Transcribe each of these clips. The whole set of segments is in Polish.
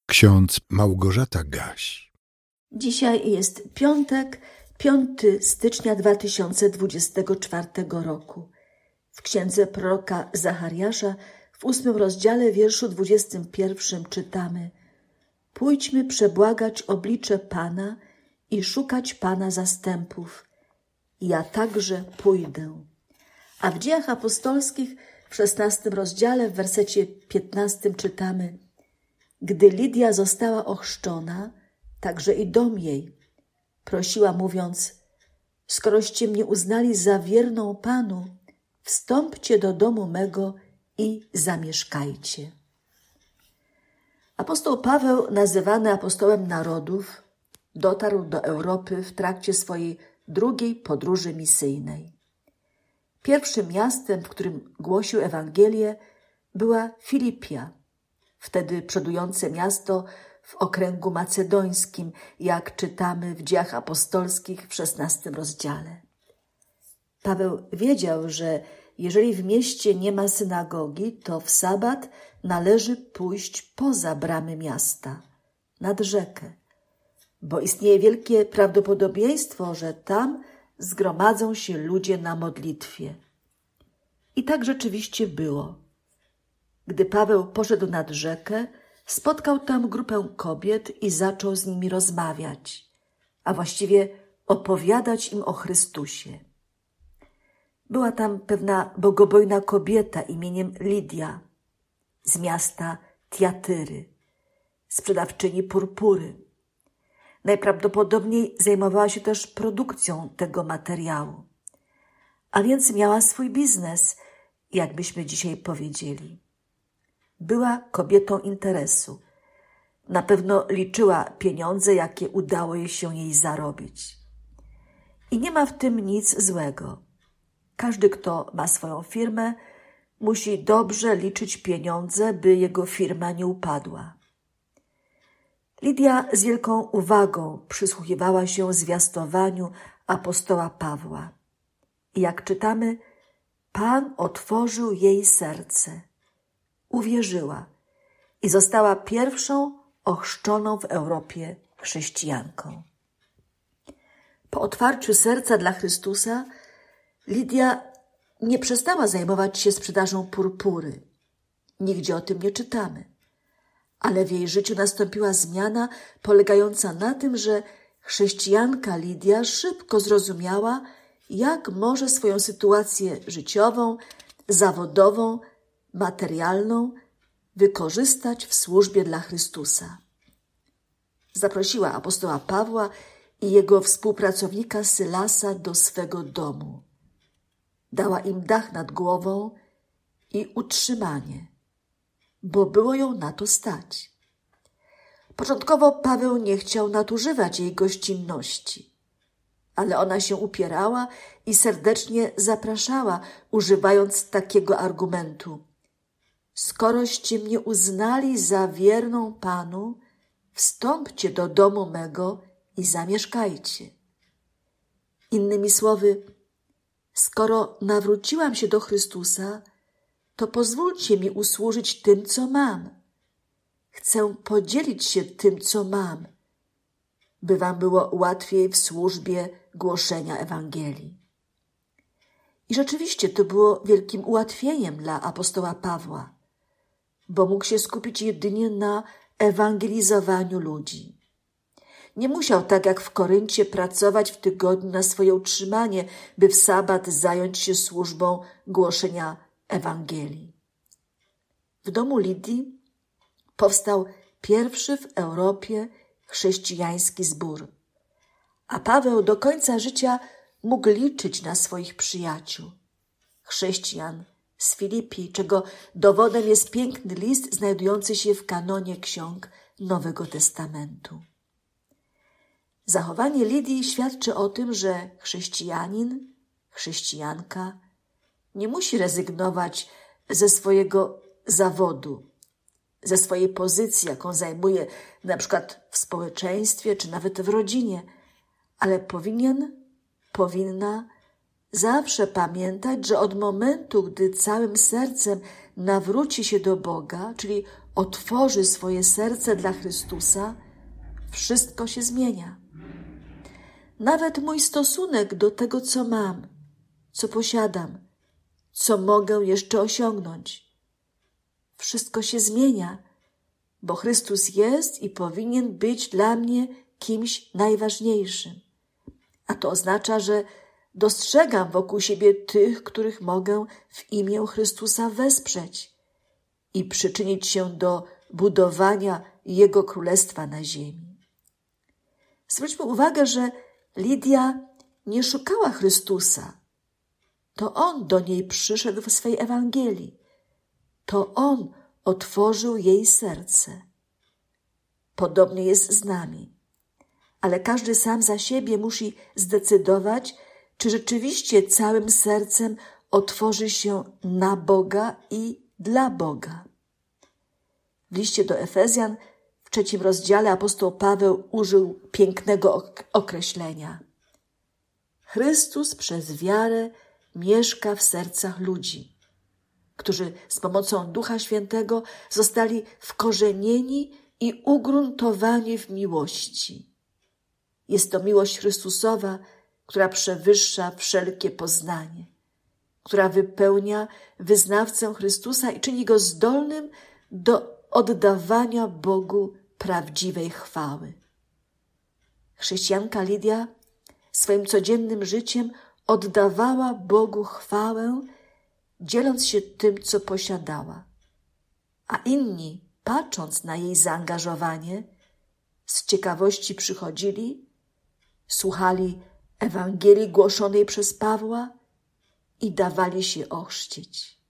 Ksiądz Małgorzata Gaś. Dzisiaj jest piątek, 5 stycznia 2024 roku. W księdze proroka Zachariasza w 8 rozdziale, wierszu 21 czytamy: Pójdźmy przebłagać oblicze Pana i szukać Pana zastępów. Ja także pójdę. A w Dziejach Apostolskich w 16 rozdziale, w wersecie 15 czytamy: Gdy Lidia została ochrzczona, także i dom jej, prosiła mówiąc: skoroście mnie uznali za wierną Panu, wstąpcie do domu mego i zamieszkajcie. Apostoł Paweł, nazywany apostołem narodów, dotarł do Europy w trakcie swojej drugiej podróży misyjnej. Pierwszym miastem, w którym głosił Ewangelię, była Filipia, wtedy przodujące miasto w okręgu macedońskim, jak czytamy w Dziejach Apostolskich w 16 rozdziale. Paweł wiedział, że jeżeli w mieście nie ma synagogi, to w sabat należy pójść poza bramy miasta, nad rzekę, bo istnieje wielkie prawdopodobieństwo, że tam zgromadzą się ludzie na modlitwie. I tak rzeczywiście było. Gdy Paweł poszedł nad rzekę, spotkał tam grupę kobiet i zaczął z nimi rozmawiać, a właściwie opowiadać im o Chrystusie. Była tam pewna bogobojna kobieta imieniem Lidia z miasta Tiatyry, sprzedawczyni purpury. Najprawdopodobniej zajmowała się też produkcją tego materiału, a więc miała swój biznes, jak byśmy dzisiaj powiedzieli. Była kobietą interesu. Na pewno liczyła pieniądze, jakie udało się jej zarobić. I nie ma w tym nic złego. Każdy, kto ma swoją firmę, musi dobrze liczyć pieniądze, by jego firma nie upadła. Lidia z wielką uwagą przysłuchiwała się zwiastowaniu apostoła Pawła. I jak czytamy, Pan otworzył jej serce. Uwierzyła i została pierwszą ochrzczoną w Europie chrześcijanką. Po otwarciu serca dla Chrystusa Lidia nie przestała zajmować się sprzedażą purpury. Nigdzie o tym nie czytamy. Ale w jej życiu nastąpiła zmiana polegająca na tym, że chrześcijanka Lidia szybko zrozumiała, jak może swoją sytuację życiową, zawodową, materialną wykorzystać w służbie dla Chrystusa. Zaprosiła apostoła Pawła i jego współpracownika Sylasa do swego domu. Dała im dach nad głową i utrzymanie, bo było ją na to stać. Początkowo Paweł nie chciał nadużywać jej gościnności, ale ona się upierała i serdecznie zapraszała, używając takiego argumentu: skoroście mnie uznali za wierną Panu, wstąpcie do domu mego i zamieszkajcie. Innymi słowy, skoro nawróciłam się do Chrystusa, to pozwólcie mi usłużyć tym, co mam. Chcę podzielić się tym, co mam, by wam było łatwiej w służbie głoszenia Ewangelii. I rzeczywiście to było wielkim ułatwieniem dla apostoła Pawła, bo mógł się skupić jedynie na ewangelizowaniu ludzi. Nie musiał, tak jak w Koryncie, pracować w tygodniu na swoje utrzymanie, by w sabat zająć się służbą głoszenia Ewangelii. W domu Lidii powstał pierwszy w Europie chrześcijański zbór, a Paweł do końca życia mógł liczyć na swoich przyjaciół, chrześcijan z Filipii, czego dowodem jest piękny list znajdujący się w kanonie ksiąg Nowego Testamentu. Zachowanie Lidii świadczy o tym, że chrześcijanin, chrześcijanka nie musi rezygnować ze swojego zawodu, ze swojej pozycji, jaką zajmuje na przykład w społeczeństwie czy nawet w rodzinie, ale powinna zawsze pamiętać, że od momentu, gdy całym sercem nawróci się do Boga, czyli otworzy swoje serce dla Chrystusa, wszystko się zmienia. Nawet mój stosunek do tego, co mam, co posiadam, co mogę jeszcze osiągnąć. Wszystko się zmienia, bo Chrystus jest i powinien być dla mnie kimś najważniejszym. A to oznacza, że dostrzegam wokół siebie tych, których mogę w imię Chrystusa wesprzeć i przyczynić się do budowania Jego Królestwa na ziemi. Zwróćmy uwagę, że Lidia nie szukała Chrystusa. To On do niej przyszedł w swej Ewangelii. To On otworzył jej serce. Podobnie jest z nami. Ale każdy sam za siebie musi zdecydować, czy rzeczywiście całym sercem otworzy się na Boga i dla Boga. W liście do Efezjan w 3 rozdziale apostoł Paweł użył pięknego określenia. Chrystus przez wiarę mieszka w sercach ludzi, którzy z pomocą Ducha Świętego zostali wkorzenieni i ugruntowani w miłości. Jest to miłość Chrystusowa, która przewyższa wszelkie poznanie, która wypełnia wyznawcę Chrystusa i czyni go zdolnym do oddawania Bogu prawdziwej chwały. Chrześcijanka Lidia swoim codziennym życiem oddawała Bogu chwałę, dzieląc się tym, co posiadała. A inni, patrząc na jej zaangażowanie, z ciekawości przychodzili, słuchali Ewangelii głoszonej przez Pawła i dawali się ochrzcić.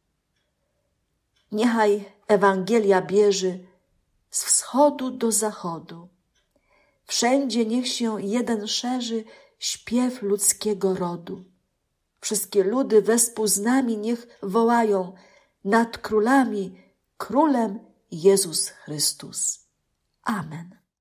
Niechaj Ewangelia bierze z wschodu do zachodu. Wszędzie niech się jeden szerzy śpiew ludzkiego rodu. Wszystkie ludy wespół z nami niech wołają nad królami, Królem Jezus Chrystus. Amen.